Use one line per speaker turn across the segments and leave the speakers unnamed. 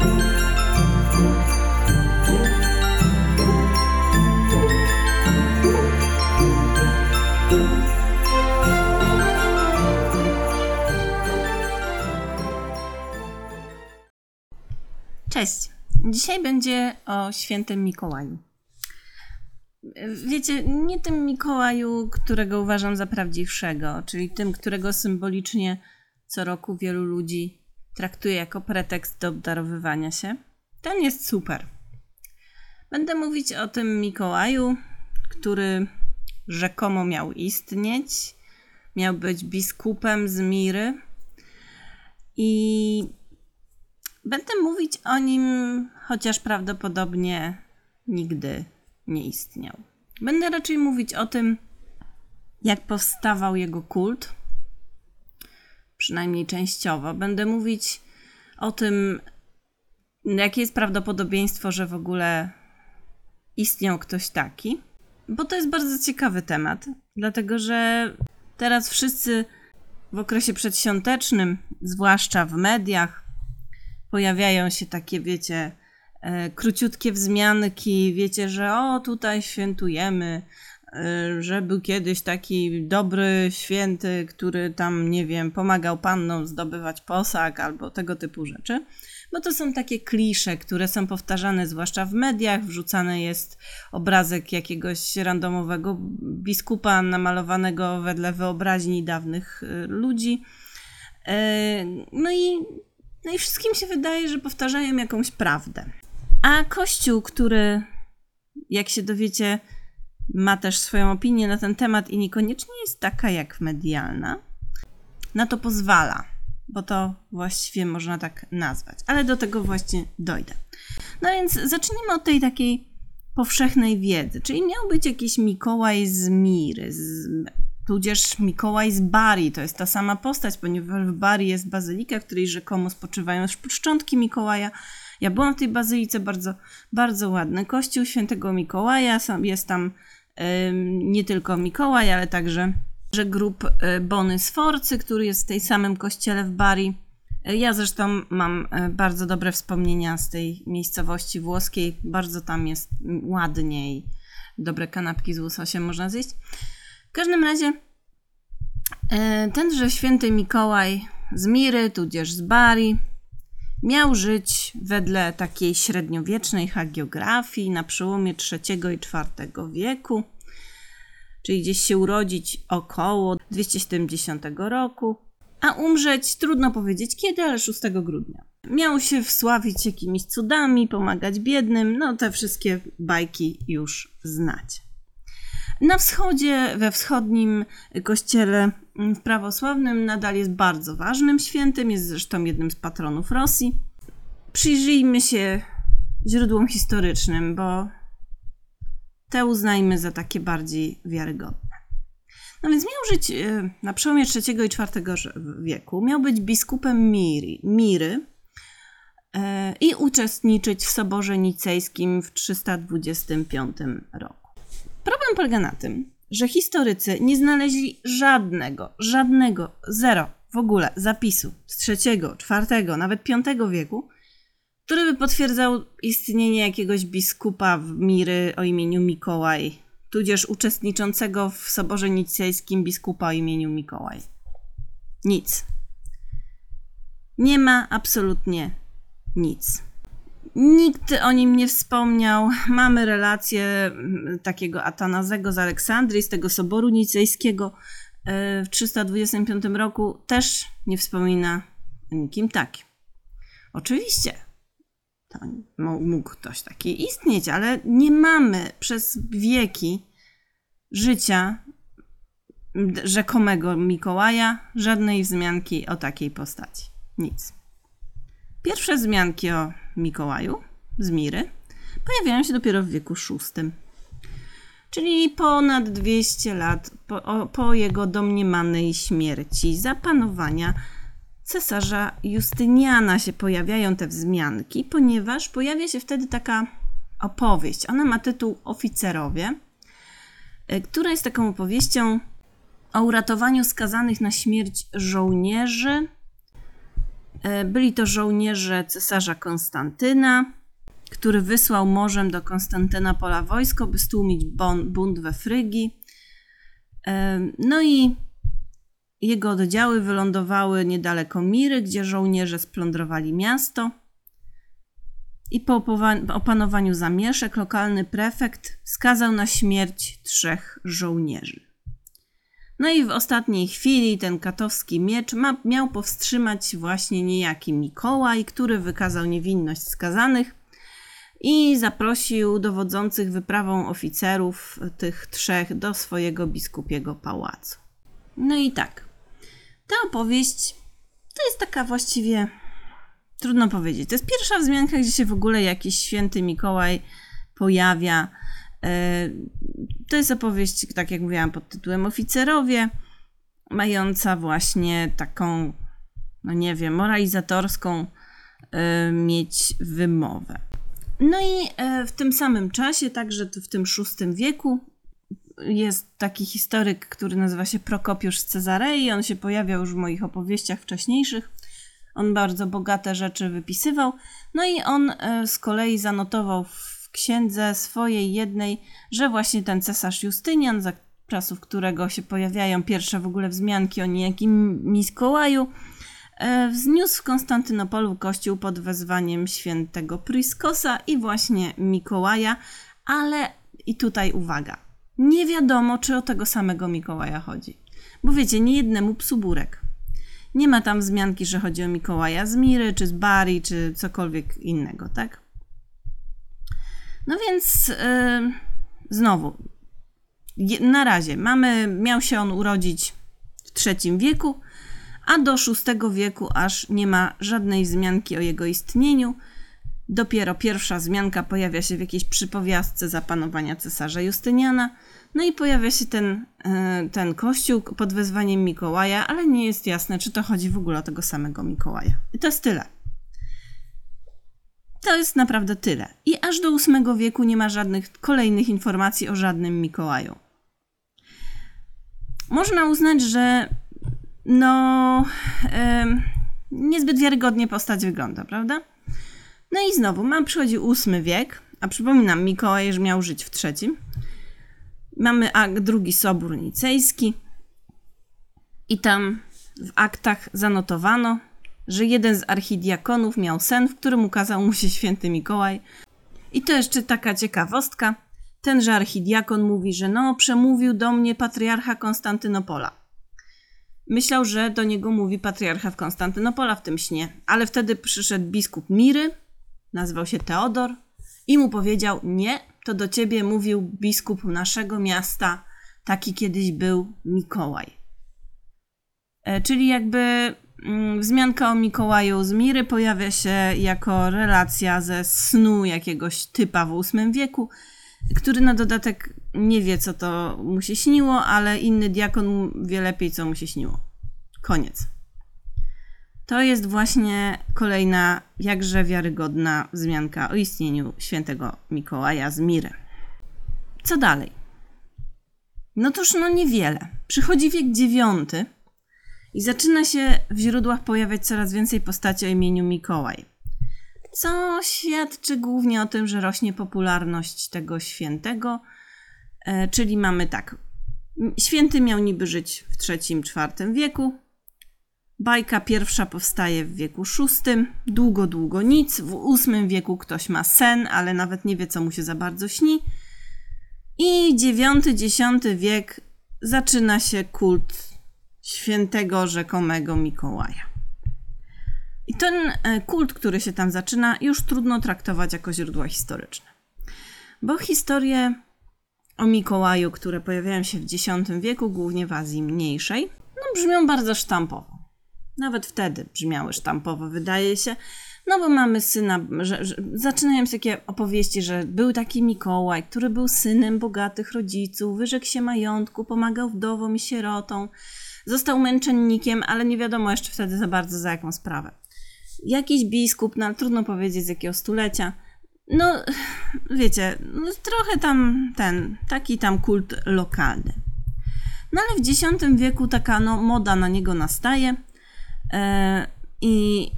Cześć! Dzisiaj będzie o świętym Mikołaju. Wiecie, nie tym Mikołaju, którego uważam za prawdziwszego, czyli tym, którego symbolicznie co roku wielu ludzi traktuje jako pretekst do obdarowywania się. Ten jest super. Będę mówić o tym Mikołaju, który rzekomo miał istnieć, miał być biskupem z Miry i będę mówić o nim, chociaż prawdopodobnie nigdy nie istniał. Będę raczej mówić o tym, jak powstawał jego kult, przynajmniej częściowo. Będę mówić o tym, jakie jest prawdopodobieństwo, że w ogóle istniał ktoś taki, bo to jest bardzo ciekawy temat, dlatego że teraz wszyscy w okresie przedświątecznym, zwłaszcza w mediach, pojawiają się takie, wiecie, króciutkie wzmianki, wiecie, że tutaj świętujemy, że był kiedyś taki dobry święty, który tam, nie wiem, pomagał pannom zdobywać posag albo tego typu rzeczy. Bo to są takie klisze, które są powtarzane zwłaszcza w mediach, wrzucany jest obrazek jakiegoś randomowego biskupa namalowanego wedle wyobraźni dawnych ludzi. No i wszystkim się wydaje, że powtarzają jakąś prawdę. A Kościół, który, jak się dowiecie, ma też swoją opinię na ten temat i niekoniecznie jest taka jak medialna, na to pozwala, bo to właściwie można tak nazwać. Ale do tego właśnie dojdę. No więc zacznijmy od tej takiej powszechnej wiedzy. Czyli miał być jakiś Mikołaj z Miry, tudzież Mikołaj z Bari. To jest ta sama postać, ponieważ w Bari jest bazylika, w której rzekomo spoczywają szczątki Mikołaja. Ja byłam w tej bazylice, bardzo, bardzo ładny kościół świętego Mikołaja. Jest tam nie tylko Mikołaj, ale także grób Bony Sforcy, który jest w tej samym kościele w Bari. Ja zresztą mam bardzo dobre wspomnienia z tej miejscowości włoskiej. Bardzo tam jest ładnie i dobre kanapki z łososiem można zjeść. W każdym razie tenże święty Mikołaj z Miry, tudzież z Bari, miał żyć wedle takiej średniowiecznej hagiografii na przełomie III i IV wieku, czyli gdzieś się urodzić około 270 roku, a umrzeć trudno powiedzieć kiedy, ale 6 grudnia. Miał się wsławić jakimiś cudami, pomagać biednym, no te wszystkie bajki już znać. Na wschodzie, we wschodnim kościele prawosławnym nadal jest bardzo ważnym świętym, jest zresztą jednym z patronów Rosji. Przyjrzyjmy się źródłom historycznym, bo te uznajmy za takie bardziej wiarygodne. No więc miał żyć na przełomie III i IV wieku, miał być biskupem Miry i uczestniczyć w Soborze Nicejskim w 325 roku. Problem polega na tym, że historycy nie znaleźli żadnego, zero w ogóle zapisu z III, IV, nawet V wieku, który by potwierdzał istnienie jakiegoś biskupa w Miry o imieniu Mikołaj, tudzież uczestniczącego w Soborze Nicejskim biskupa o imieniu Mikołaj. Nic. Nie ma absolutnie nic. Nikt o nim nie wspomniał. Mamy relację takiego Atanazego z Aleksandrii, z tego Soboru Nicejskiego w 325 roku. Też nie wspomina o nikim takim. Oczywiście to mógł ktoś taki istnieć, ale nie mamy przez wieki życia rzekomego Mikołaja żadnej wzmianki o takiej postaci. Nic. Pierwsze wzmianki o Mikołaju z Miry pojawiają się dopiero w wieku VI, czyli ponad 200 lat po jego domniemanej śmierci. Za panowania cesarza Justyniana się pojawiają te wzmianki, ponieważ pojawia się wtedy taka opowieść. Ona ma tytuł Oficerowie, która jest taką opowieścią o uratowaniu skazanych na śmierć żołnierzy Byli to żołnierze cesarza Konstantyna, który wysłał morzem do Konstantynopola wojsko, by stłumić bunt we Frygii. No i jego oddziały wylądowały niedaleko Miry, gdzie żołnierze splądrowali miasto. I po opanowaniu zamieszek lokalny prefekt skazał na śmierć 3 żołnierzy. No i w ostatniej chwili ten katowski miecz miał powstrzymać właśnie niejaki Mikołaj, który wykazał niewinność skazanych i zaprosił dowodzących wyprawą oficerów tych 3 do swojego biskupiego pałacu. No i tak, ta opowieść to jest taka właściwie, trudno powiedzieć, to jest pierwsza wzmianka, gdzie się w ogóle jakiś święty Mikołaj pojawia. To jest opowieść, tak jak mówiłam, pod tytułem Oficerowie, mająca właśnie taką, no nie wiem, moralizatorską mieć wymowę. No i w tym samym czasie, także w tym VI wieku, jest taki historyk, który nazywa się Prokopiusz z Cezarei. On się pojawiał już w moich opowieściach wcześniejszych. On bardzo bogate rzeczy wypisywał. No i on z kolei zanotował w księdze swojej jednej, że właśnie ten cesarz Justynian, za czasów którego się pojawiają pierwsze w ogóle wzmianki o niejakim Mikołaju, wzniósł w Konstantynopolu kościół pod wezwaniem świętego Priskosa i właśnie Mikołaja, ale i tutaj uwaga, nie wiadomo, czy o tego samego Mikołaja chodzi. Bo wiecie, nie jednemu psu burek. Nie ma tam wzmianki, że chodzi o Mikołaja z Miry, czy z Bari, czy cokolwiek innego, tak? No więc znowu, na razie miał się on urodzić w III wieku, a do VI wieku aż nie ma żadnej wzmianki o jego istnieniu. Dopiero pierwsza wzmianka pojawia się w jakiejś przypowiastce za panowania cesarza Justyniana. No i pojawia się ten kościół pod wezwaniem Mikołaja, ale nie jest jasne, czy to chodzi w ogóle o tego samego Mikołaja. I to jest tyle. To jest naprawdę tyle. I aż do VIII wieku nie ma żadnych kolejnych informacji o żadnym Mikołaju. Można uznać, że niezbyt wiarygodnie postać wygląda, prawda? No i znowu, przychodzi VIII wiek, a przypominam, Mikołaj miał żyć w III. Mamy drugi Sobór Nicejski i tam w aktach zanotowano, że jeden z archidiakonów miał sen, w którym ukazał mu się święty Mikołaj. I to jeszcze taka ciekawostka. Tenże archidiakon mówi, że przemówił do mnie patriarcha Konstantynopola. Myślał, że do niego mówi patriarcha w Konstantynopola w tym śnie, ale wtedy przyszedł biskup Miry, nazywał się Teodor i mu powiedział: nie, to do ciebie mówił biskup naszego miasta, taki kiedyś był Mikołaj. Czyli jakby wzmianka o Mikołaju z Miry pojawia się jako relacja ze snu jakiegoś typa w VIII wieku, który na dodatek nie wie, co to mu się śniło, ale inny diakon wie lepiej, co mu się śniło. Koniec. To jest właśnie kolejna, jakże wiarygodna wzmianka o istnieniu świętego Mikołaja z Miry. Co dalej? No toż niewiele. Przychodzi wiek IX i zaczyna się w źródłach pojawiać coraz więcej postaci o imieniu Mikołaj, co świadczy głównie o tym, że rośnie popularność tego świętego, czyli mamy tak. Święty miał niby żyć w III-IV wieku. Bajka pierwsza powstaje w wieku VI. Długo nic. W VIII wieku ktoś ma sen, ale nawet nie wie, co mu się za bardzo śni. I IX wiek zaczyna się kult świętego rzekomego Mikołaja. I ten kult, który się tam zaczyna, już trudno traktować jako źródła historyczne. Bo historie o Mikołaju, które pojawiają się w X wieku, głównie w Azji Mniejszej, brzmią bardzo sztampowo. Nawet wtedy brzmiały sztampowo, wydaje się. Bo mamy syna, że zaczynają się takie opowieści, że był taki Mikołaj, który był synem bogatych rodziców, wyrzekł się majątku, pomagał wdowom i sierotom, został męczennikiem, ale nie wiadomo jeszcze wtedy za bardzo za jaką sprawę. Jakiś biskup, trudno powiedzieć z jakiego stulecia, wiecie, trochę tam taki tam kult lokalny. Ale w X wieku taka moda na niego nastaje. I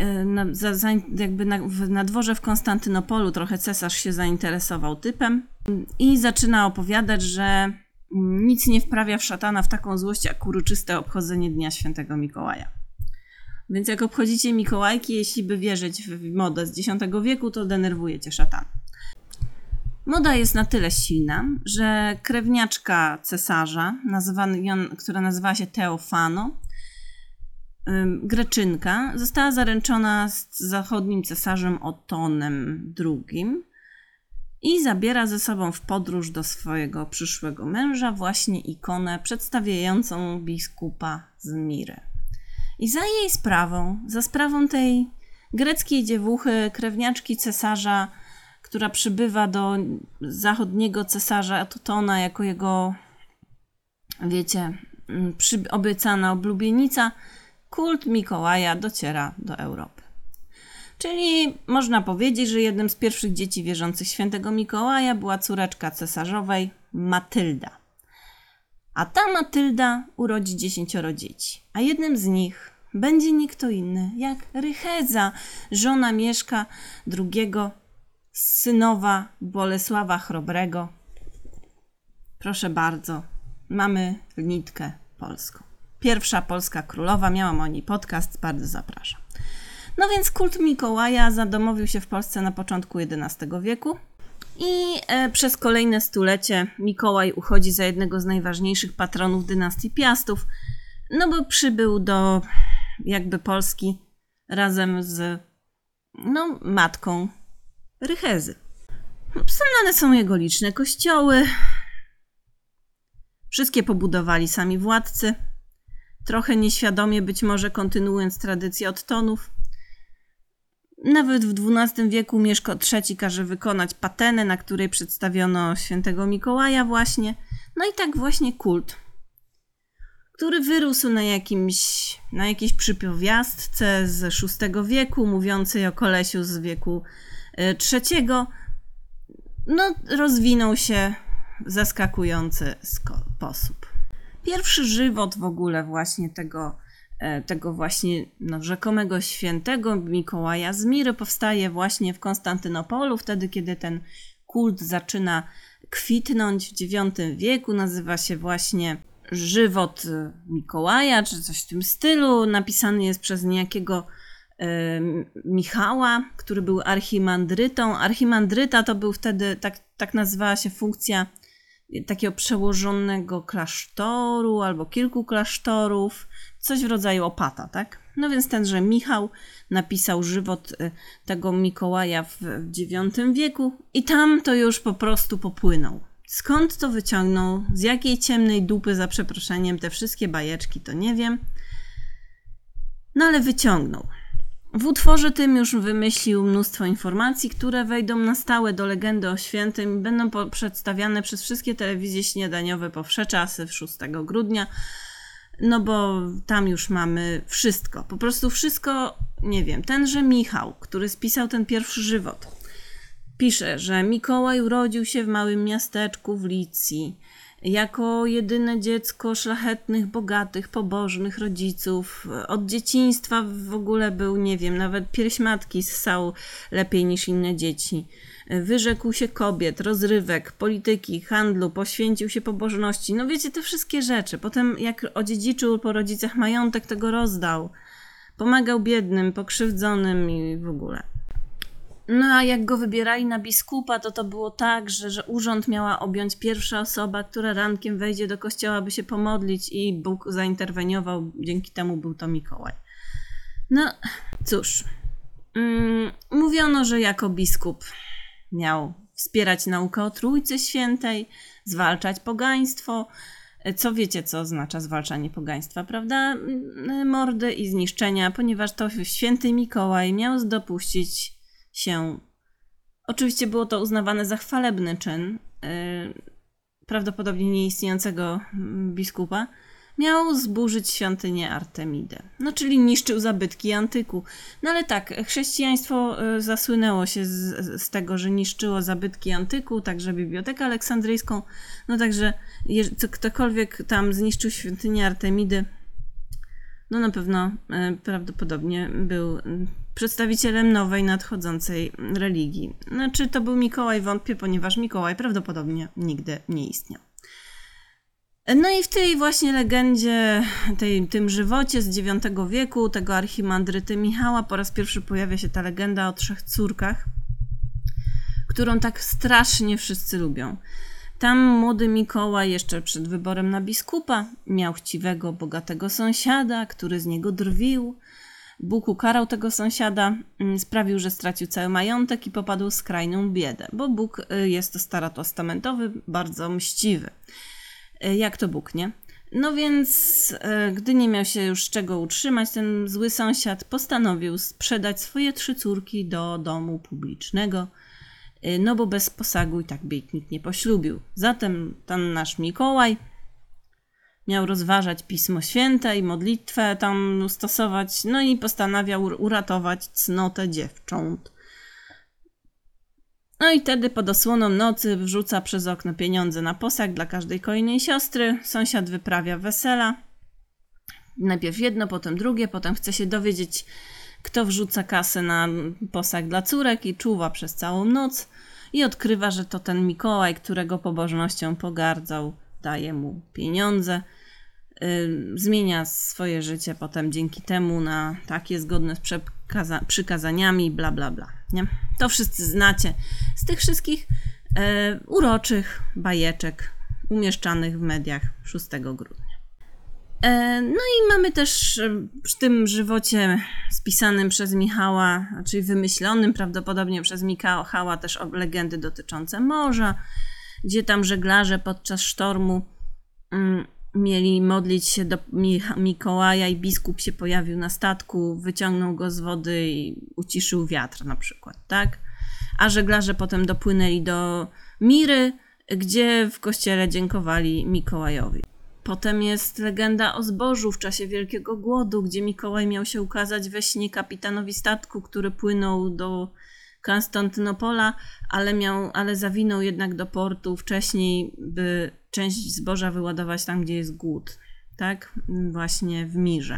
na dworze w Konstantynopolu trochę cesarz się zainteresował typem i zaczyna opowiadać, że nic nie wprawia w szatana w taką złość jak uroczyste obchodzenie Dnia Świętego Mikołaja. Więc jak obchodzicie Mikołajki, jeśli by wierzyć w modę z X wieku, to denerwujecie szatan. Moda jest na tyle silna, że krewniaczka cesarza, która nazywała się Teofano, Greczynka, została zaręczona z zachodnim cesarzem Otonem II i zabiera ze sobą w podróż do swojego przyszłego męża właśnie ikonę przedstawiającą biskupa Zmiry. I za sprawą tej greckiej dziewuchy, krewniaczki cesarza, która przybywa do zachodniego cesarza Otona jako jego, obiecana oblubienica, kult Mikołaja dociera do Europy. Czyli można powiedzieć, że jednym z pierwszych dzieci wierzących świętego Mikołaja była córeczka cesarzowej, Matylda. A ta Matylda urodzi 10 dzieci, a jednym z nich będzie nie kto inny jak Rycheza, żona Mieszka II, synowa Bolesława Chrobrego. Proszę bardzo, mamy nitkę polską. Pierwsza polska królowa, miałam o niej podcast, bardzo zapraszam. No więc kult Mikołaja zadomowił się w Polsce na początku XI wieku i przez kolejne stulecie Mikołaj uchodzi za jednego z najważniejszych patronów dynastii Piastów, no bo przybył do Polski razem z matką Rychezy. Znane są jego liczne kościoły, wszystkie pobudowali sami władcy, trochę nieświadomie być może kontynuując tradycję Ottonów. Nawet w XII wieku Mieszko III każe wykonać patenę, na której przedstawiono świętego Mikołaja właśnie. No i tak właśnie kult, który wyrósł na jakiejś przypowiastce z VI wieku, mówiącej o kolesiu z wieku III, rozwinął się w zaskakujący sposób. Pierwszy żywot w ogóle właśnie tego właśnie rzekomego świętego Mikołaja Zmiry powstaje właśnie w Konstantynopolu, wtedy kiedy ten kult zaczyna kwitnąć w IX wieku. Nazywa się właśnie Żywot Mikołaja, czy coś w tym stylu. Napisany jest przez niejakiego Michała, który był archimandrytą. Archimandryta to był wtedy, tak nazywała się funkcja takiego przełożonego klasztoru albo kilku klasztorów, coś w rodzaju opata, tak? No więc tenże Michał napisał żywot tego Mikołaja w IX wieku i tam to już po prostu popłynął. Skąd to wyciągnął? Z jakiej ciemnej dupy, za przeproszeniem, te wszystkie bajeczki, to nie wiem. No ale wyciągnął. W utworze tym już wymyślił mnóstwo informacji, które wejdą na stałe do legendy o świętym i będą przedstawiane przez wszystkie telewizje śniadaniowe po wsze czasy w 6 grudnia. No bo tam już mamy wszystko. Po prostu wszystko, nie wiem. Tenże Michał, który spisał ten pierwszy żywot, pisze, że Mikołaj urodził się w małym miasteczku w Licji jako jedyne dziecko szlachetnych, bogatych, pobożnych rodziców. Od dzieciństwa w ogóle był, nie wiem, nawet pierś matki ssał lepiej niż inne dzieci. Wyrzekł się kobiet, rozrywek, polityki, handlu, poświęcił się pobożności. No wiecie, te wszystkie rzeczy. Potem jak odziedziczył po rodzicach majątek, tego rozdał. Pomagał biednym, pokrzywdzonym i w ogóle. No a jak go wybierali na biskupa, to było tak, że urząd miała objąć pierwsza osoba, która rankiem wejdzie do kościoła, by się pomodlić i Bóg zainterweniował. Dzięki temu był to Mikołaj. No cóż, mówiono, że jako biskup miał wspierać naukę o Trójcy Świętej, zwalczać pogaństwo. Co wiecie, co oznacza zwalczanie pogaństwa, prawda? Mordy i zniszczenia, ponieważ to święty Mikołaj miał dopuścić się. Oczywiście było to uznawane za chwalebny czyn prawdopodobnie nieistniejącego biskupa. Miał zburzyć świątynię Artemidy. No, czyli niszczył zabytki antyku. No ale tak, chrześcijaństwo zasłynęło się z tego, że niszczyło zabytki antyku, także Bibliotekę Aleksandryjską. No także ktokolwiek tam zniszczył świątynię Artemidy, no na pewno prawdopodobnie był przedstawicielem nowej, nadchodzącej religii. Czy to był Mikołaj? Wątpię, ponieważ Mikołaj prawdopodobnie nigdy nie istniał. No i w tej właśnie legendzie, tym żywocie z IX wieku, tego archimandryty Michała, po raz pierwszy pojawia się ta legenda o 3 córkach, którą tak strasznie wszyscy lubią. Tam młody Mikołaj jeszcze przed wyborem na biskupa miał chciwego, bogatego sąsiada, który z niego drwił. Bóg ukarał tego sąsiada, sprawił, że stracił cały majątek i popadł w skrajną biedę, bo Bóg jest to starotestamentowy, bardzo mściwy. Jak to Bóg, nie? No więc, gdy nie miał się już z czego utrzymać, ten zły sąsiad postanowił sprzedać swoje 3 córki do domu publicznego, no bo bez posagu i tak by ich nikt nie poślubił. Zatem ten nasz Mikołaj miał rozważać Pismo Święte i modlitwę tam stosować, no i postanawiał uratować cnotę dziewcząt. No i wtedy pod osłoną nocy wrzuca przez okno pieniądze na posag dla każdej kolejnej siostry. Sąsiad wyprawia wesela. Najpierw jedno, potem drugie, potem chce się dowiedzieć, kto wrzuca kasę na posag dla córek i czuwa przez całą noc. I odkrywa, że to ten Mikołaj, którego pobożnością pogardzał, daje mu pieniądze. Zmienia swoje życie potem dzięki temu na takie zgodne z przykazaniami, bla bla bla. Nie? To wszyscy znacie z tych wszystkich uroczych bajeczek umieszczanych w mediach 6 grudnia. No i mamy też w tym żywocie spisanym przez Michała, czyli wymyślonym prawdopodobnie przez Michała, też legendy dotyczące morza, gdzie tam żeglarze podczas sztormu mieli modlić się do Mikołaja i biskup się pojawił na statku, wyciągnął go z wody i uciszył wiatr na przykład, tak? A żeglarze potem dopłynęli do Miry, gdzie w kościele dziękowali Mikołajowi. Potem jest legenda o zbożu w czasie Wielkiego Głodu, gdzie Mikołaj miał się ukazać we śnie kapitanowi statku, który płynął do Konstantynopola, ale zawinął jednak do portu wcześniej, by część zboża wyładować tam, gdzie jest głód, tak? Właśnie w Mirze.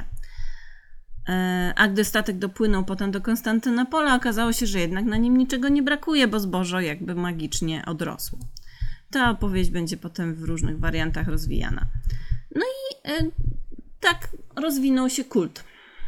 A gdy statek dopłynął potem do Konstantynopola, okazało się, że jednak na nim niczego nie brakuje, bo zbożo jakby magicznie odrosło. Ta opowieść będzie potem w różnych wariantach rozwijana. No i tak rozwinął się kult.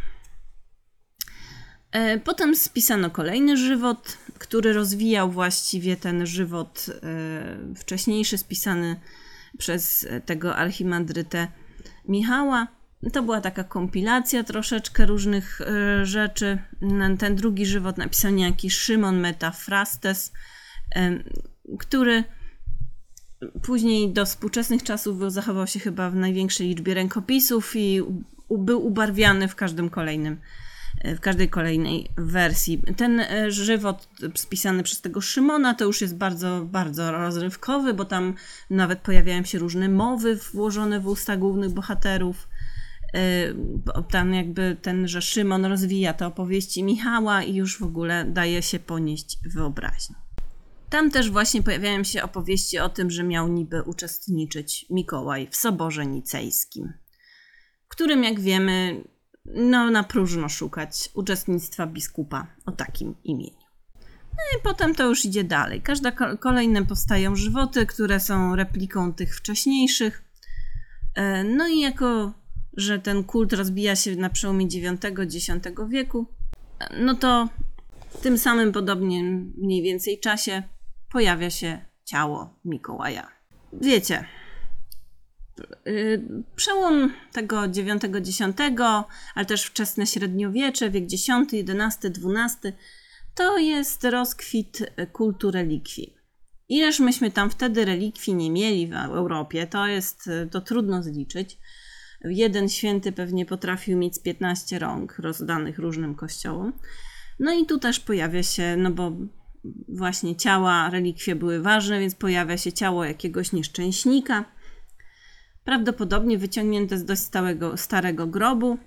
Potem spisano kolejny żywot, który rozwijał właściwie ten żywot wcześniejszy, spisany przez tego archimandrytę Michała. To była taka kompilacja troszeczkę różnych rzeczy. Ten drugi żywot napisał niejaki Szymon Metafrastes, który później do współczesnych czasów zachował się chyba w największej liczbie rękopisów i był ubarwiany w każdej kolejnej wersji. Ten żywot spisany przez tego Szymona to już jest bardzo, bardzo rozrywkowy, bo tam nawet pojawiają się różne mowy włożone w usta głównych bohaterów. Tam jakby że Szymon rozwija te opowieści Michała i już w ogóle daje się ponieść wyobraźni. Tam też właśnie pojawiają się opowieści o tym, że miał niby uczestniczyć Mikołaj w Soborze Nicejskim, w którym, jak wiemy, na próżno szukać uczestnictwa biskupa o takim imieniu. No i potem to już idzie dalej. Kolejne powstają żywoty, które są repliką tych wcześniejszych. No i jako, że ten kult rozbija się na przełomie IX-X wieku, no to w tym samym podobnie mniej więcej czasie pojawia się ciało Mikołaja. Wiecie, przełom tego IX-X, ale też wczesne średniowiecze, wiek X, XI, XII, to jest rozkwit kultu relikwii. Ileż myśmy tam wtedy relikwii nie mieli w Europie, to trudno zliczyć. Jeden święty pewnie potrafił mieć z 15 rąk rozdanych różnym kościołom. No i tu też pojawia się, no bo właśnie ciała, relikwie były ważne, więc pojawia się ciało jakiegoś nieszczęśnika, prawdopodobnie wyciągnięte z dość starego grobu,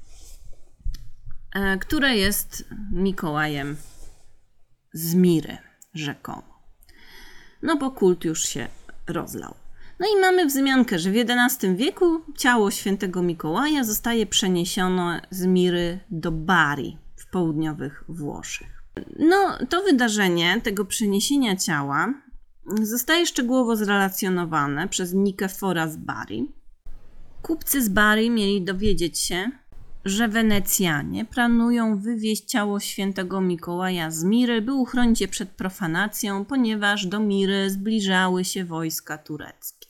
które jest Mikołajem z Miry, rzekomo. No bo kult już się rozlał. No i mamy wzmiankę, że w XI wieku ciało świętego Mikołaja zostaje przeniesione z Miry do Bari w południowych Włoszech. No, to wydarzenie tego przeniesienia ciała zostaje szczegółowo zrelacjonowane przez Nikefora z Bari. Kupcy z Bari mieli dowiedzieć się, że Wenecjanie planują wywieźć ciało świętego Mikołaja z Miry, by uchronić je przed profanacją, ponieważ do Miry zbliżały się wojska tureckie.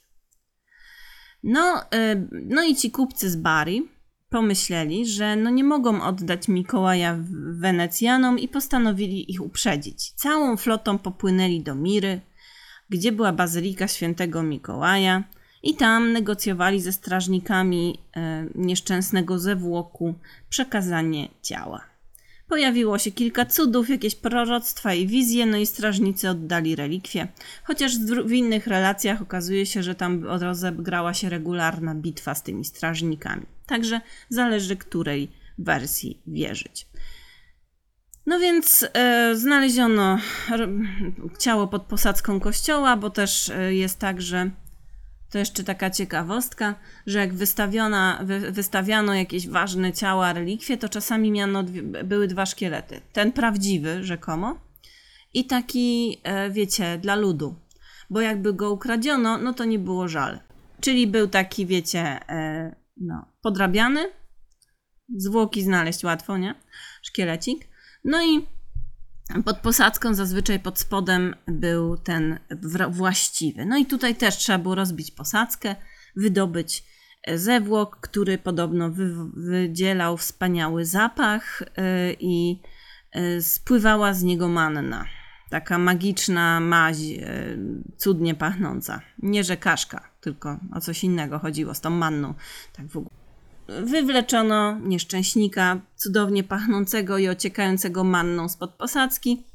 No i ci kupcy z Bari pomyśleli, że nie mogą oddać Mikołaja Wenecjanom i postanowili ich uprzedzić. Całą flotą popłynęli do Miry, gdzie była bazylika świętego Mikołaja, i tam negocjowali ze strażnikami nieszczęsnego Zewłoku przekazanie ciała. Pojawiło się kilka cudów, jakieś proroctwa i wizje, no i strażnicy oddali relikwie. Chociaż w innych relacjach okazuje się, że tam rozegrała się regularna bitwa z tymi strażnikami. Także zależy, której wersji wierzyć. No więc znaleziono ciało pod posadzką kościoła, bo też jest tak, że to jeszcze taka ciekawostka, że jak wystawiano jakieś ważne ciała, relikwie, to czasami były dwa szkielety. Ten prawdziwy rzekomo i taki, wiecie, dla ludu. Bo jakby go ukradziono, no to nie było żal. Czyli był taki, wiecie, podrabiany. Zwłoki znaleźć łatwo, nie? Szkielecik. No i pod posadzką zazwyczaj pod spodem był ten właściwy. No i tutaj też trzeba było rozbić posadzkę, wydobyć zewłok, który podobno wydzielał wspaniały zapach i spływała z niego manna. Taka magiczna maź, cudnie pachnąca. Nie że kaszka, tylko o coś innego chodziło z tą manną. Tak w ogóle. Wywleczono nieszczęśnika, cudownie pachnącego i ociekającego manną spod posadzki.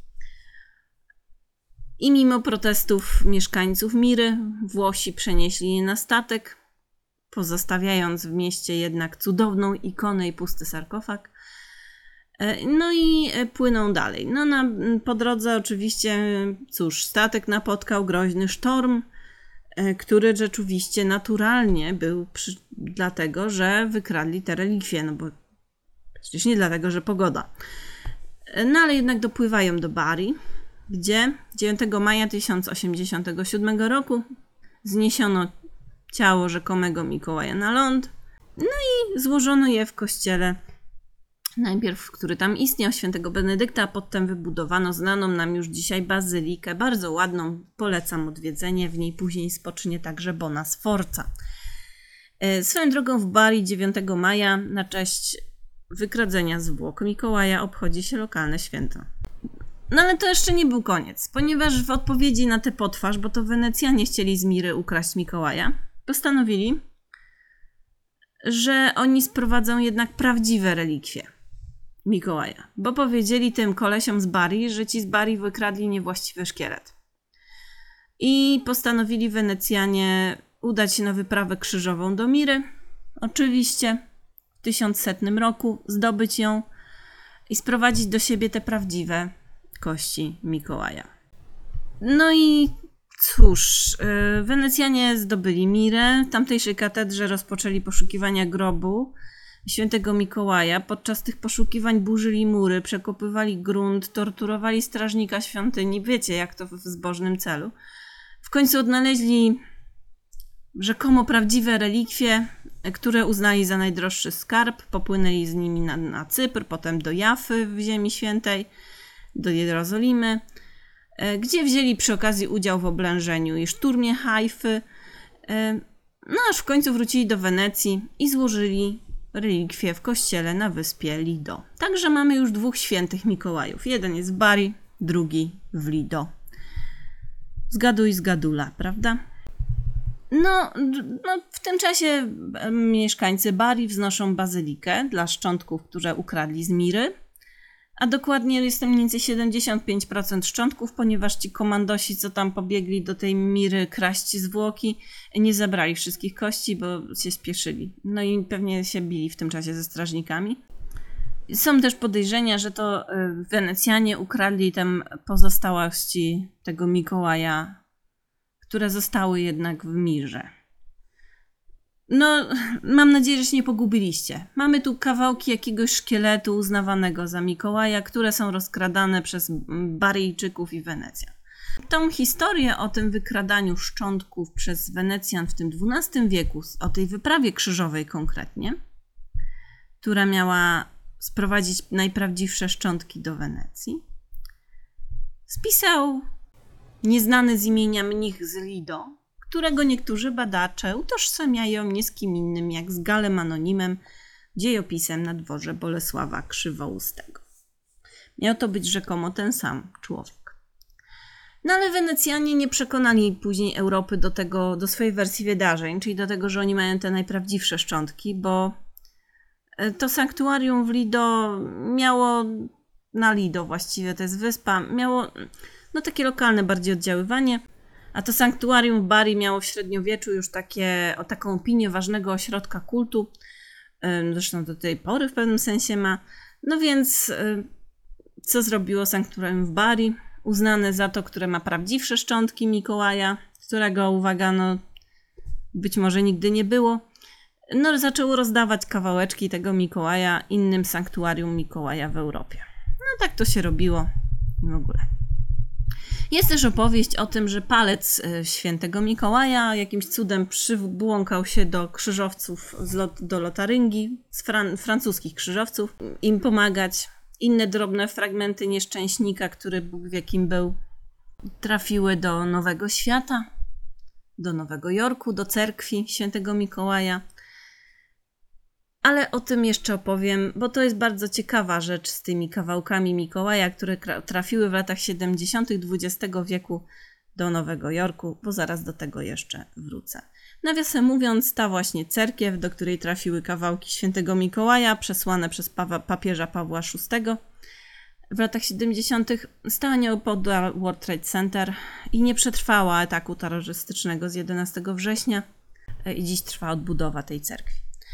I mimo protestów mieszkańców Miry, Włosi przenieśli je na statek, pozostawiając w mieście jednak cudowną ikonę i pusty sarkofag. No i płyną dalej. Po drodze oczywiście, statek napotkał groźny sztorm, który rzeczywiście naturalnie był dlatego, że wykradli te relikwie, bo przecież nie dlatego, że pogoda. No ale jednak dopływają do Bari, gdzie 9 maja 1087 roku zniesiono ciało rzekomego Mikołaja na ląd, no i złożono je w kościele, najpierw, który tam istniał, świętego Benedykta, a potem wybudowano znaną nam już dzisiaj bazylikę, bardzo ładną, polecam odwiedzenie, w niej później spocznie także Bona Sforza. Swoją drogą w Bari 9 maja na cześć wykradzenia zwłok Mikołaja obchodzi się lokalne święto. No ale to jeszcze nie był koniec, ponieważ w odpowiedzi na tę potwarz, bo to Wenecjanie chcieli z Miry ukraść Mikołaja, postanowili, że oni sprowadzą jednak prawdziwe relikwie Mikołaja, bo powiedzieli tym kolesiom z Bari, że ci z Bari wykradli niewłaściwy szkielet. I postanowili Wenecjanie udać się na wyprawę krzyżową do Miry, oczywiście w 1100 roku, zdobyć ją i sprowadzić do siebie te prawdziwe kości Mikołaja. No i cóż, Wenecjanie zdobyli Mirę, w tamtejszej katedrze rozpoczęli poszukiwania grobu świętego Mikołaja. Podczas tych poszukiwań burzyli mury, przekopywali grunt, torturowali strażnika świątyni. Wiecie, jak to w zbożnym celu. W końcu odnaleźli rzekomo prawdziwe relikwie, które uznali za najdroższy skarb. Popłynęli z nimi na Cypr, potem do Jafy w Ziemi Świętej, do Jerozolimy, gdzie wzięli przy okazji udział w oblężeniu i szturmie Hajfy. No aż w końcu wrócili do Wenecji i złożyli relikwie w kościele na wyspie Lido. Także mamy już dwóch świętych Mikołajów. Jeden jest w Bari, drugi w Lido. Zgaduj zgadula, prawda? No, w tym czasie mieszkańcy Bari wznoszą bazylikę dla szczątków, które ukradli z Miry. A dokładnie jest to mniej więcej 75% szczątków, ponieważ ci komandosi, co tam pobiegli do tej Miry kraść zwłoki, nie zabrali wszystkich kości, bo się spieszyli. No i pewnie się bili w tym czasie ze strażnikami. Są też podejrzenia, że to Wenecjanie ukradli tam pozostałości tego Mikołaja, które zostały jednak w Mirze. No, mam nadzieję, że się nie pogubiliście. Mamy tu kawałki jakiegoś szkieletu uznawanego za Mikołaja, które są rozkradane przez Baryjczyków i Wenecjan. Tą historię o tym wykradaniu szczątków przez Wenecjan w tym XII wieku, o tej wyprawie krzyżowej konkretnie, która miała sprowadzić najprawdziwsze szczątki do Wenecji, spisał nieznany z imienia mnich z Lido, którego niektórzy badacze utożsamiają nie z kim innym jak z Galem Anonimem, dziejopisem na dworze Bolesława Krzywoustego. Miał to być rzekomo ten sam człowiek. No ale Wenecjanie nie przekonali później Europy do swojej wersji wydarzeń, czyli do tego, że oni mają te najprawdziwsze szczątki, bo to sanktuarium w Lido miało, na Lido właściwie, to jest wyspa, miało takie lokalne bardziej oddziaływanie, a to sanktuarium w Bari miało w średniowieczu już taką opinię ważnego ośrodka kultu, zresztą do tej pory w pewnym sensie ma. No więc co zrobiło sanktuarium w Bari? Uznane za to, które ma prawdziwsze szczątki Mikołaja, którego, uwaga, być może nigdy nie było. Zaczęło rozdawać kawałeczki tego Mikołaja innym sanktuarium Mikołaja w Europie. Tak to się robiło w ogóle. Jest też opowieść o tym, że palec świętego Mikołaja jakimś cudem przybłąkał się do krzyżowców, do Lotaryngii, z francuskich krzyżowców, im pomagać. Inne drobne fragmenty nieszczęśnika, który Bóg wie jakim był, trafiły do Nowego Świata, do Nowego Jorku, do cerkwi świętego Mikołaja. Ale o tym jeszcze opowiem, bo to jest bardzo ciekawa rzecz z tymi kawałkami Mikołaja, które trafiły w latach 70. XX wieku do Nowego Jorku, bo zaraz do tego jeszcze wrócę. Nawiasem mówiąc, ta właśnie cerkiew, do której trafiły kawałki świętego Mikołaja, przesłane przez papieża Pawła VI w latach 70. stała nieopodal World Trade Center i nie przetrwała ataku terrorystycznego z 11 września i dziś trwa odbudowa tej cerkwi.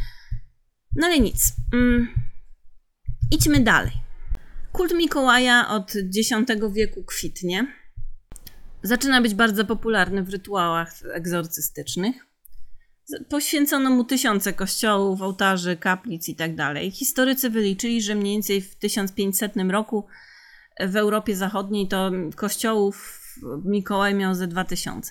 No ale nic. Idźmy dalej. Kult Mikołaja od X wieku kwitnie. Zaczyna być bardzo popularny w rytuałach egzorcystycznych. Poświęcono mu tysiące kościołów, ołtarzy, kaplic itd. Historycy wyliczyli, że mniej więcej w 1500 roku w Europie Zachodniej to kościołów Mikołaj miał ze 2000.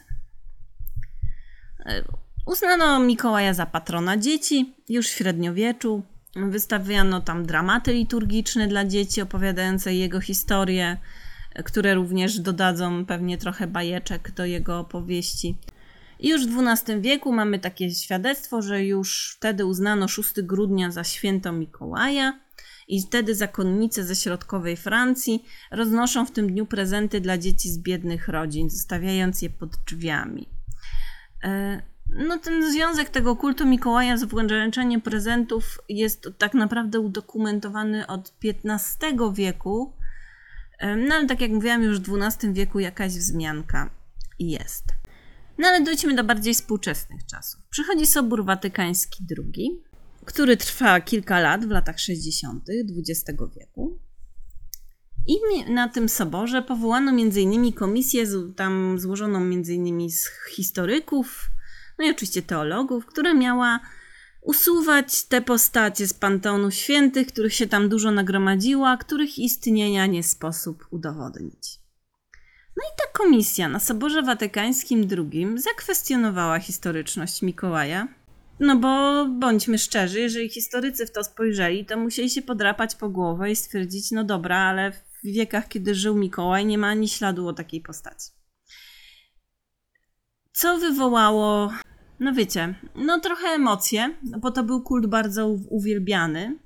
Uznano Mikołaja za patrona dzieci już w średniowieczu. Wystawiano tam dramaty liturgiczne dla dzieci opowiadające jego historię, które również dodadzą pewnie trochę bajeczek do jego opowieści. I już w XII wieku mamy takie świadectwo, że już wtedy uznano 6 grudnia za święto Mikołaja i wtedy zakonnice ze środkowej Francji roznoszą w tym dniu prezenty dla dzieci z biednych rodzin, zostawiając je pod drzwiami. Ten związek tego kultu Mikołaja z wręczeniem prezentów jest tak naprawdę udokumentowany od XV wieku, ale tak jak mówiłam, już w XII wieku jakaś wzmianka jest. Ale dojdźmy do bardziej współczesnych czasów. Przychodzi Sobór Watykański II, który trwa kilka lat w latach 60. XX wieku. I na tym soborze powołano m.in. komisję tam złożoną m.in. z historyków, no i oczywiście teologów, która miała usuwać te postacie z panteonu świętych, których się tam dużo nagromadziło, a których istnienia nie sposób udowodnić. No i ta komisja na Soborze Watykańskim II zakwestionowała historyczność Mikołaja, no bo bądźmy szczerzy, jeżeli historycy w to spojrzeli, to musieli się podrapać po głowę i stwierdzić, no dobra, ale w wiekach, kiedy żył Mikołaj, nie ma ani śladu o takiej postaci. Co wywołało, trochę emocje, bo to był kult bardzo uwielbiany.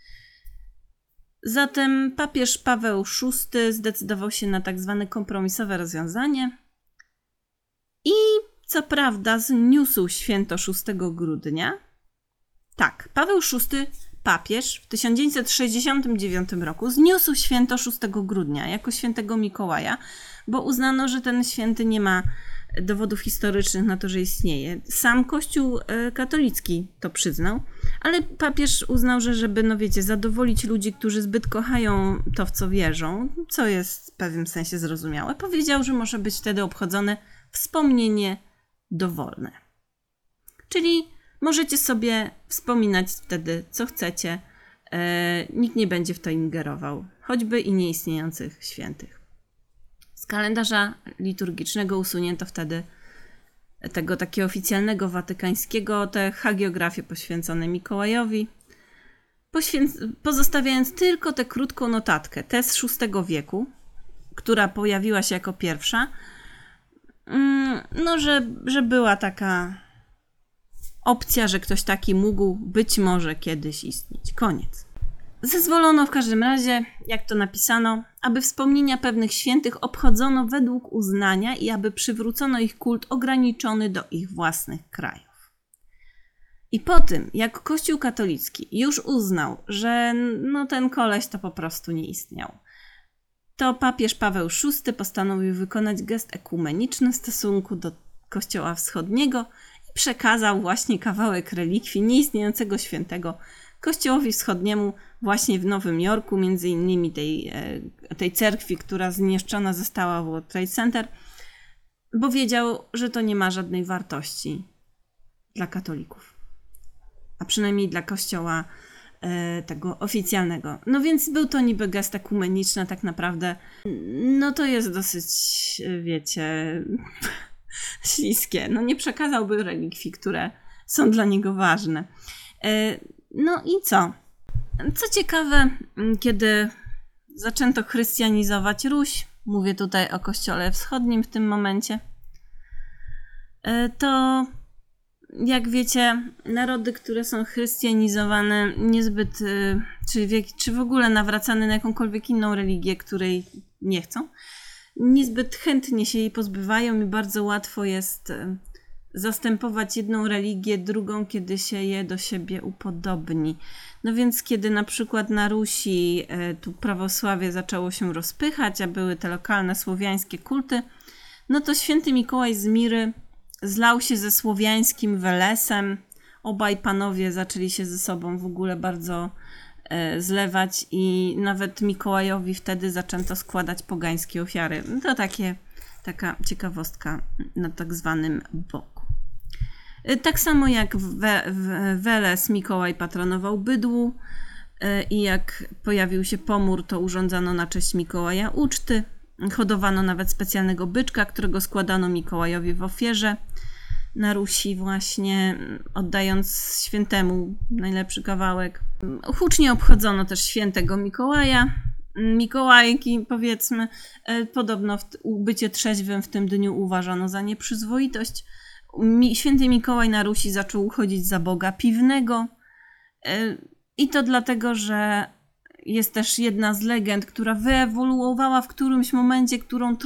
Zatem papież Paweł VI zdecydował się na tak zwane kompromisowe rozwiązanie i co prawda zniósł święto 6 grudnia. Tak, Paweł VI, papież, w 1969 roku zniósł święto 6 grudnia jako świętego Mikołaja, bo uznano, że ten święty nie ma dowodów historycznych na to, że istnieje. Sam Kościół katolicki to przyznał, ale papież uznał, że żeby, zadowolić ludzi, którzy zbyt kochają to, w co wierzą, co jest w pewnym sensie zrozumiałe, powiedział, że może być wtedy obchodzone wspomnienie dowolne. Czyli możecie sobie wspominać wtedy, co chcecie. Nikt nie będzie w to ingerował, choćby i nieistniejących świętych. Z kalendarza liturgicznego usunięto wtedy tego takiego oficjalnego watykańskiego, te hagiografie poświęcone Mikołajowi, pozostawiając tylko tę krótką notatkę, tę z VI wieku, która pojawiła się jako pierwsza, że była taka opcja, że ktoś taki mógł być może kiedyś istnieć. Koniec. Zezwolono w każdym razie, jak to napisano, aby wspomnienia pewnych świętych obchodzono według uznania i aby przywrócono ich kult ograniczony do ich własnych krajów. I po tym, jak Kościół katolicki już uznał, że ten koleś to po prostu nie istniał, to papież Paweł VI postanowił wykonać gest ekumeniczny w stosunku do Kościoła Wschodniego i przekazał właśnie kawałek relikwii nieistniejącego świętego Kościołowi Wschodniemu właśnie w Nowym Jorku, między innymi tej cerkwi, która zniszczona została w World Trade Center, bo wiedział, że to nie ma żadnej wartości dla katolików, a przynajmniej dla Kościoła tego oficjalnego. No więc był to niby gest ekumeniczny, a tak naprawdę to jest dosyć, wiecie, śliskie. Nie przekazałby relikwii, które są dla niego ważne. No i co? Co ciekawe, kiedy zaczęto chrystianizować Ruś, mówię tutaj o Kościele Wschodnim w tym momencie, to jak wiecie, narody, które są chrystianizowane niezbyt, czy w ogóle nawracane na jakąkolwiek inną religię, której nie chcą, niezbyt chętnie się jej pozbywają i bardzo łatwo jest zastępować jedną religię drugą, kiedy się je do siebie upodobni. No więc kiedy na przykład na Rusi tu prawosławie zaczęło się rozpychać, a były te lokalne słowiańskie kulty, no to święty Mikołaj z Miry zlał się ze słowiańskim Welesem. Obaj panowie zaczęli się ze sobą w ogóle bardzo zlewać i nawet Mikołajowi wtedy zaczęto składać pogańskie ofiary. To taka ciekawostka na tak zwanym boku. Tak samo jak Weles, Mikołaj patronował bydłu i jak pojawił się pomór, to urządzano na cześć Mikołaja uczty. Hodowano nawet specjalnego byczka, którego składano Mikołajowi w ofierze na Rusi właśnie, oddając świętemu najlepszy kawałek. Hucznie obchodzono też świętego Mikołaja. Mikołajki, powiedzmy, podobno bycie trzeźwym w tym dniu uważano za nieprzyzwoitość. Święty Mikołaj na Rusi zaczął uchodzić za boga piwnego i to dlatego, że jest też jedna z legend, która wyewoluowała w którymś momencie,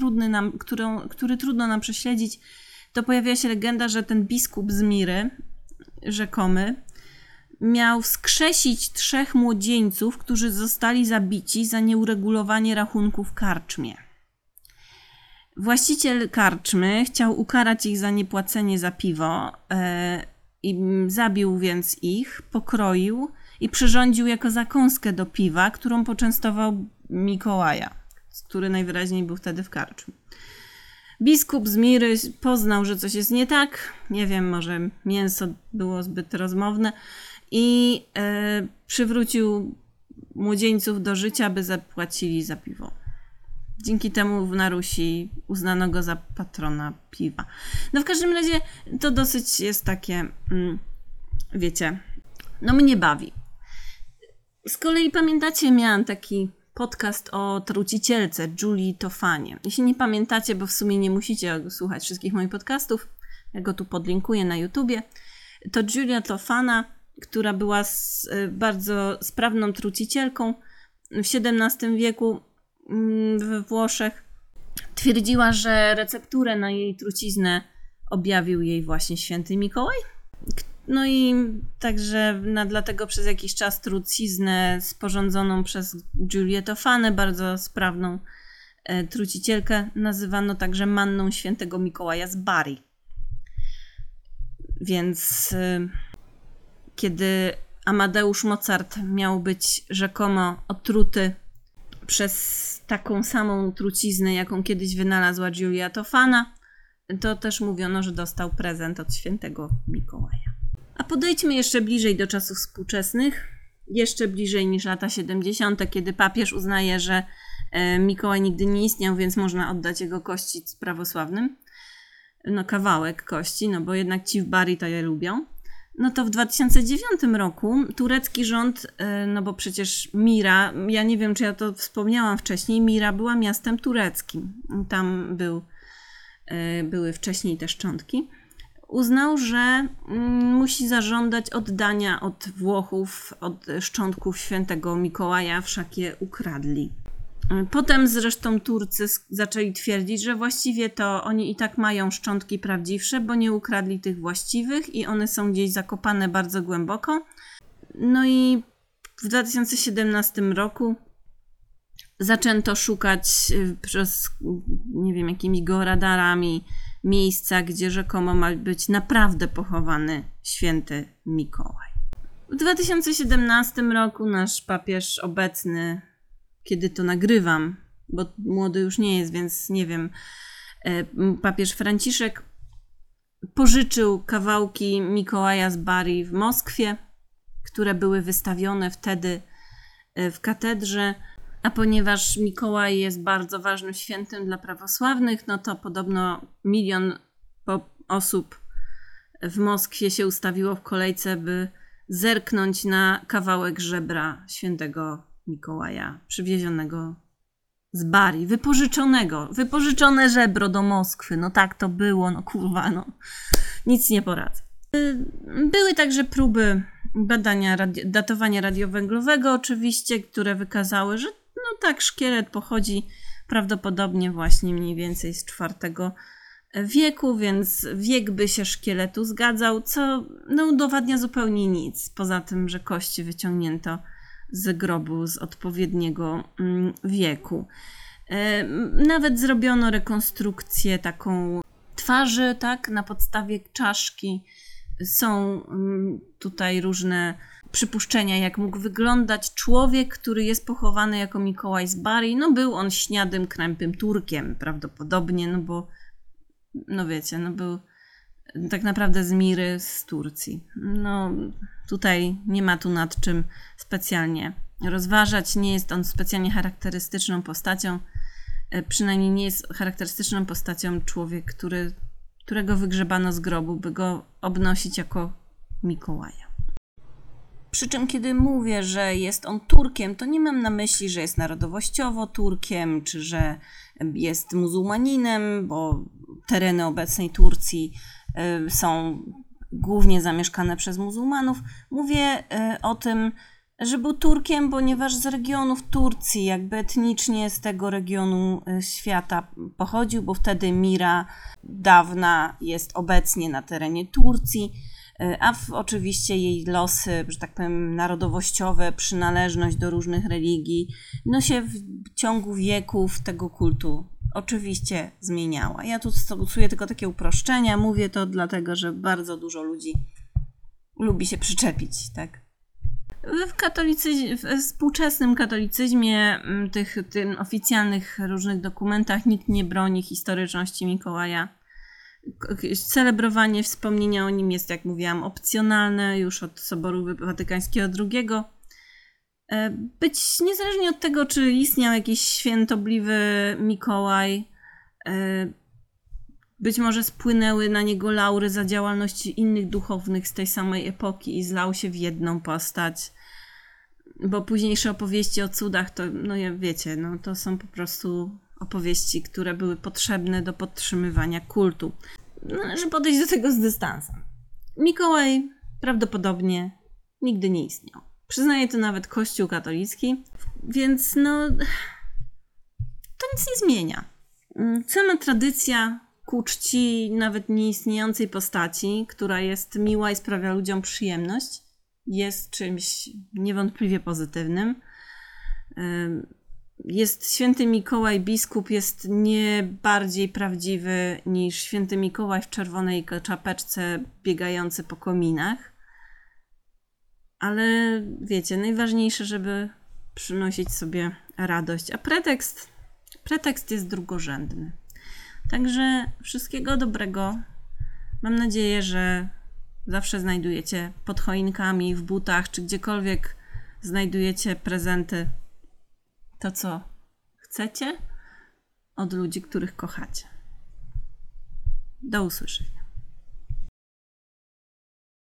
który trudno nam prześledzić. To pojawia się legenda, że ten biskup z Miry, rzekomy, miał wskrzesić 3 młodzieńców, którzy zostali zabici za nieuregulowanie rachunku w karczmie. Właściciel karczmy chciał ukarać ich za niepłacenie za piwo i zabił więc ich, pokroił i przyrządził jako zakąskę do piwa, którą poczęstował Mikołaja, który najwyraźniej był wtedy w karczmie. Biskup z Miry poznał, że coś jest nie tak, nie wiem, może mięso było zbyt rozmowne i przywrócił młodzieńców do życia, by zapłacili za piwo. Dzięki temu na Rusi uznano go za patrona piwa. No w każdym razie to dosyć jest takie, wiecie, mnie bawi. Z kolei pamiętacie, miałam taki podcast o trucicielce Julii Tofanie. Jeśli nie pamiętacie, bo w sumie nie musicie słuchać wszystkich moich podcastów, ja go tu podlinkuję na YouTubie, to Julia Tofana, która była bardzo sprawną trucicielką w XVII wieku we Włoszech, twierdziła, że recepturę na jej truciznę objawił jej właśnie święty Mikołaj. No i także dlatego przez jakiś czas truciznę sporządzoną przez Julię Tofanę, bardzo sprawną trucicielkę, nazywano także manną świętego Mikołaja z Bari. Więc kiedy Amadeusz Mozart miał być rzekomo otruty przez taką samą truciznę, jaką kiedyś wynalazła Julia Tofana, to też mówiono, że dostał prezent od świętego Mikołaja. A podejdźmy jeszcze bliżej do czasów współczesnych, jeszcze bliżej niż lata 70., kiedy papież uznaje, że Mikołaj nigdy nie istniał, więc można oddać jego kości prawosławnym. No kawałek kości, no bo jednak ci w Bari to je lubią. No to w 2009 roku turecki rząd, no bo przecież Mira, ja nie wiem, czy ja to wspomniałam wcześniej, Mira była miastem tureckim. Tam były wcześniej te szczątki. Uznał, że musi zażądać oddania od Włochów, od szczątków świętego Mikołaja, wszak je ukradli. Potem zresztą Turcy zaczęli twierdzić, że właściwie to oni i tak mają szczątki prawdziwsze, bo nie ukradli tych właściwych i one są gdzieś zakopane bardzo głęboko. No i w 2017 roku zaczęto szukać przez, nie wiem, jakimi georadarami miejsca, gdzie rzekomo ma być naprawdę pochowany święty Mikołaj. W 2017 roku nasz papież obecny, kiedy to nagrywam, bo młody już nie jest, więc nie wiem, papież Franciszek pożyczył kawałki Mikołaja z Bari w Moskwie, które były wystawione wtedy w katedrze, a ponieważ Mikołaj jest bardzo ważnym świętym dla prawosławnych, no to podobno 1 000 000 osób w Moskwie się ustawiło w kolejce, by zerknąć na kawałek żebra świętego Mikołaja przywiezionego z Bari, wypożyczone żebro do Moskwy, no tak to było, no kurwa, no nic nie poradzę. Były także próby badania datowania radiowęglowego oczywiście, które wykazały, że no tak, szkielet pochodzi prawdopodobnie właśnie mniej więcej z IV wieku, więc wiek by się szkieletu zgadzał, co no udowadnia zupełnie nic, poza tym, że kości wyciągnięto z grobu z odpowiedniego wieku. Nawet zrobiono rekonstrukcję taką twarzy, tak, na podstawie czaszki. Są tutaj różne przypuszczenia, jak mógł wyglądać człowiek, który jest pochowany jako Mikołaj z Bari. No był on śniadym, krępym Turkiem prawdopodobnie, no bo no wiecie, no był tak naprawdę z Miry, z Turcji. No tutaj nie ma tu nad czym specjalnie rozważać. Nie jest on specjalnie charakterystyczną postacią. Przynajmniej nie jest charakterystyczną postacią człowiek, którego wygrzebano z grobu, by go obnosić jako Mikołaja. Przy czym kiedy mówię, że jest on Turkiem, to nie mam na myśli, że jest narodowościowo Turkiem, czy że jest muzułmaninem, bo tereny obecnej Turcji są głównie zamieszkane przez muzułmanów. Mówię o tym, że był Turkiem, ponieważ z regionów Turcji, jakby etnicznie z tego regionu świata pochodził, bo wtedy Mira dawna jest obecnie na terenie Turcji, a oczywiście jej losy, że tak powiem, narodowościowe, przynależność do różnych religii, no się w ciągu wieków tego kultu oczywiście zmieniała. Ja tu stosuję tylko takie uproszczenia, mówię to dlatego, że bardzo dużo ludzi lubi się przyczepić, tak? W współczesnym katolicyzmie, tym oficjalnych różnych dokumentach nikt nie broni historyczności Mikołaja. Celebrowanie wspomnienia o nim jest, jak mówiłam, opcjonalne już od Soboru Watykańskiego II. Być niezależnie od tego, czy istniał jakiś świętobliwy Mikołaj, być może spłynęły na niego laury za działalność innych duchownych z tej samej epoki i zlał się w jedną postać, bo późniejsze opowieści o cudach to, no wiecie, no to są po prostu opowieści, które były potrzebne do podtrzymywania kultu. Należy podejść do tego z dystansem. Mikołaj prawdopodobnie nigdy nie istniał. Przyznaje to nawet Kościół katolicki, więc no to nic nie zmienia. Sama tradycja ku czci nawet nieistniejącej postaci, która jest miła i sprawia ludziom przyjemność, jest czymś niewątpliwie pozytywnym. Święty Mikołaj biskup jest nie bardziej prawdziwy niż święty Mikołaj w czerwonej czapeczce biegający po kominach. Ale wiecie, najważniejsze, żeby przynosić sobie radość, a pretekst jest drugorzędny. Także wszystkiego dobrego. Mam nadzieję, że zawsze znajdujecie pod choinkami, w butach, czy gdziekolwiek znajdujecie prezenty, to co chcecie od ludzi, których kochacie. Do usłyszenia.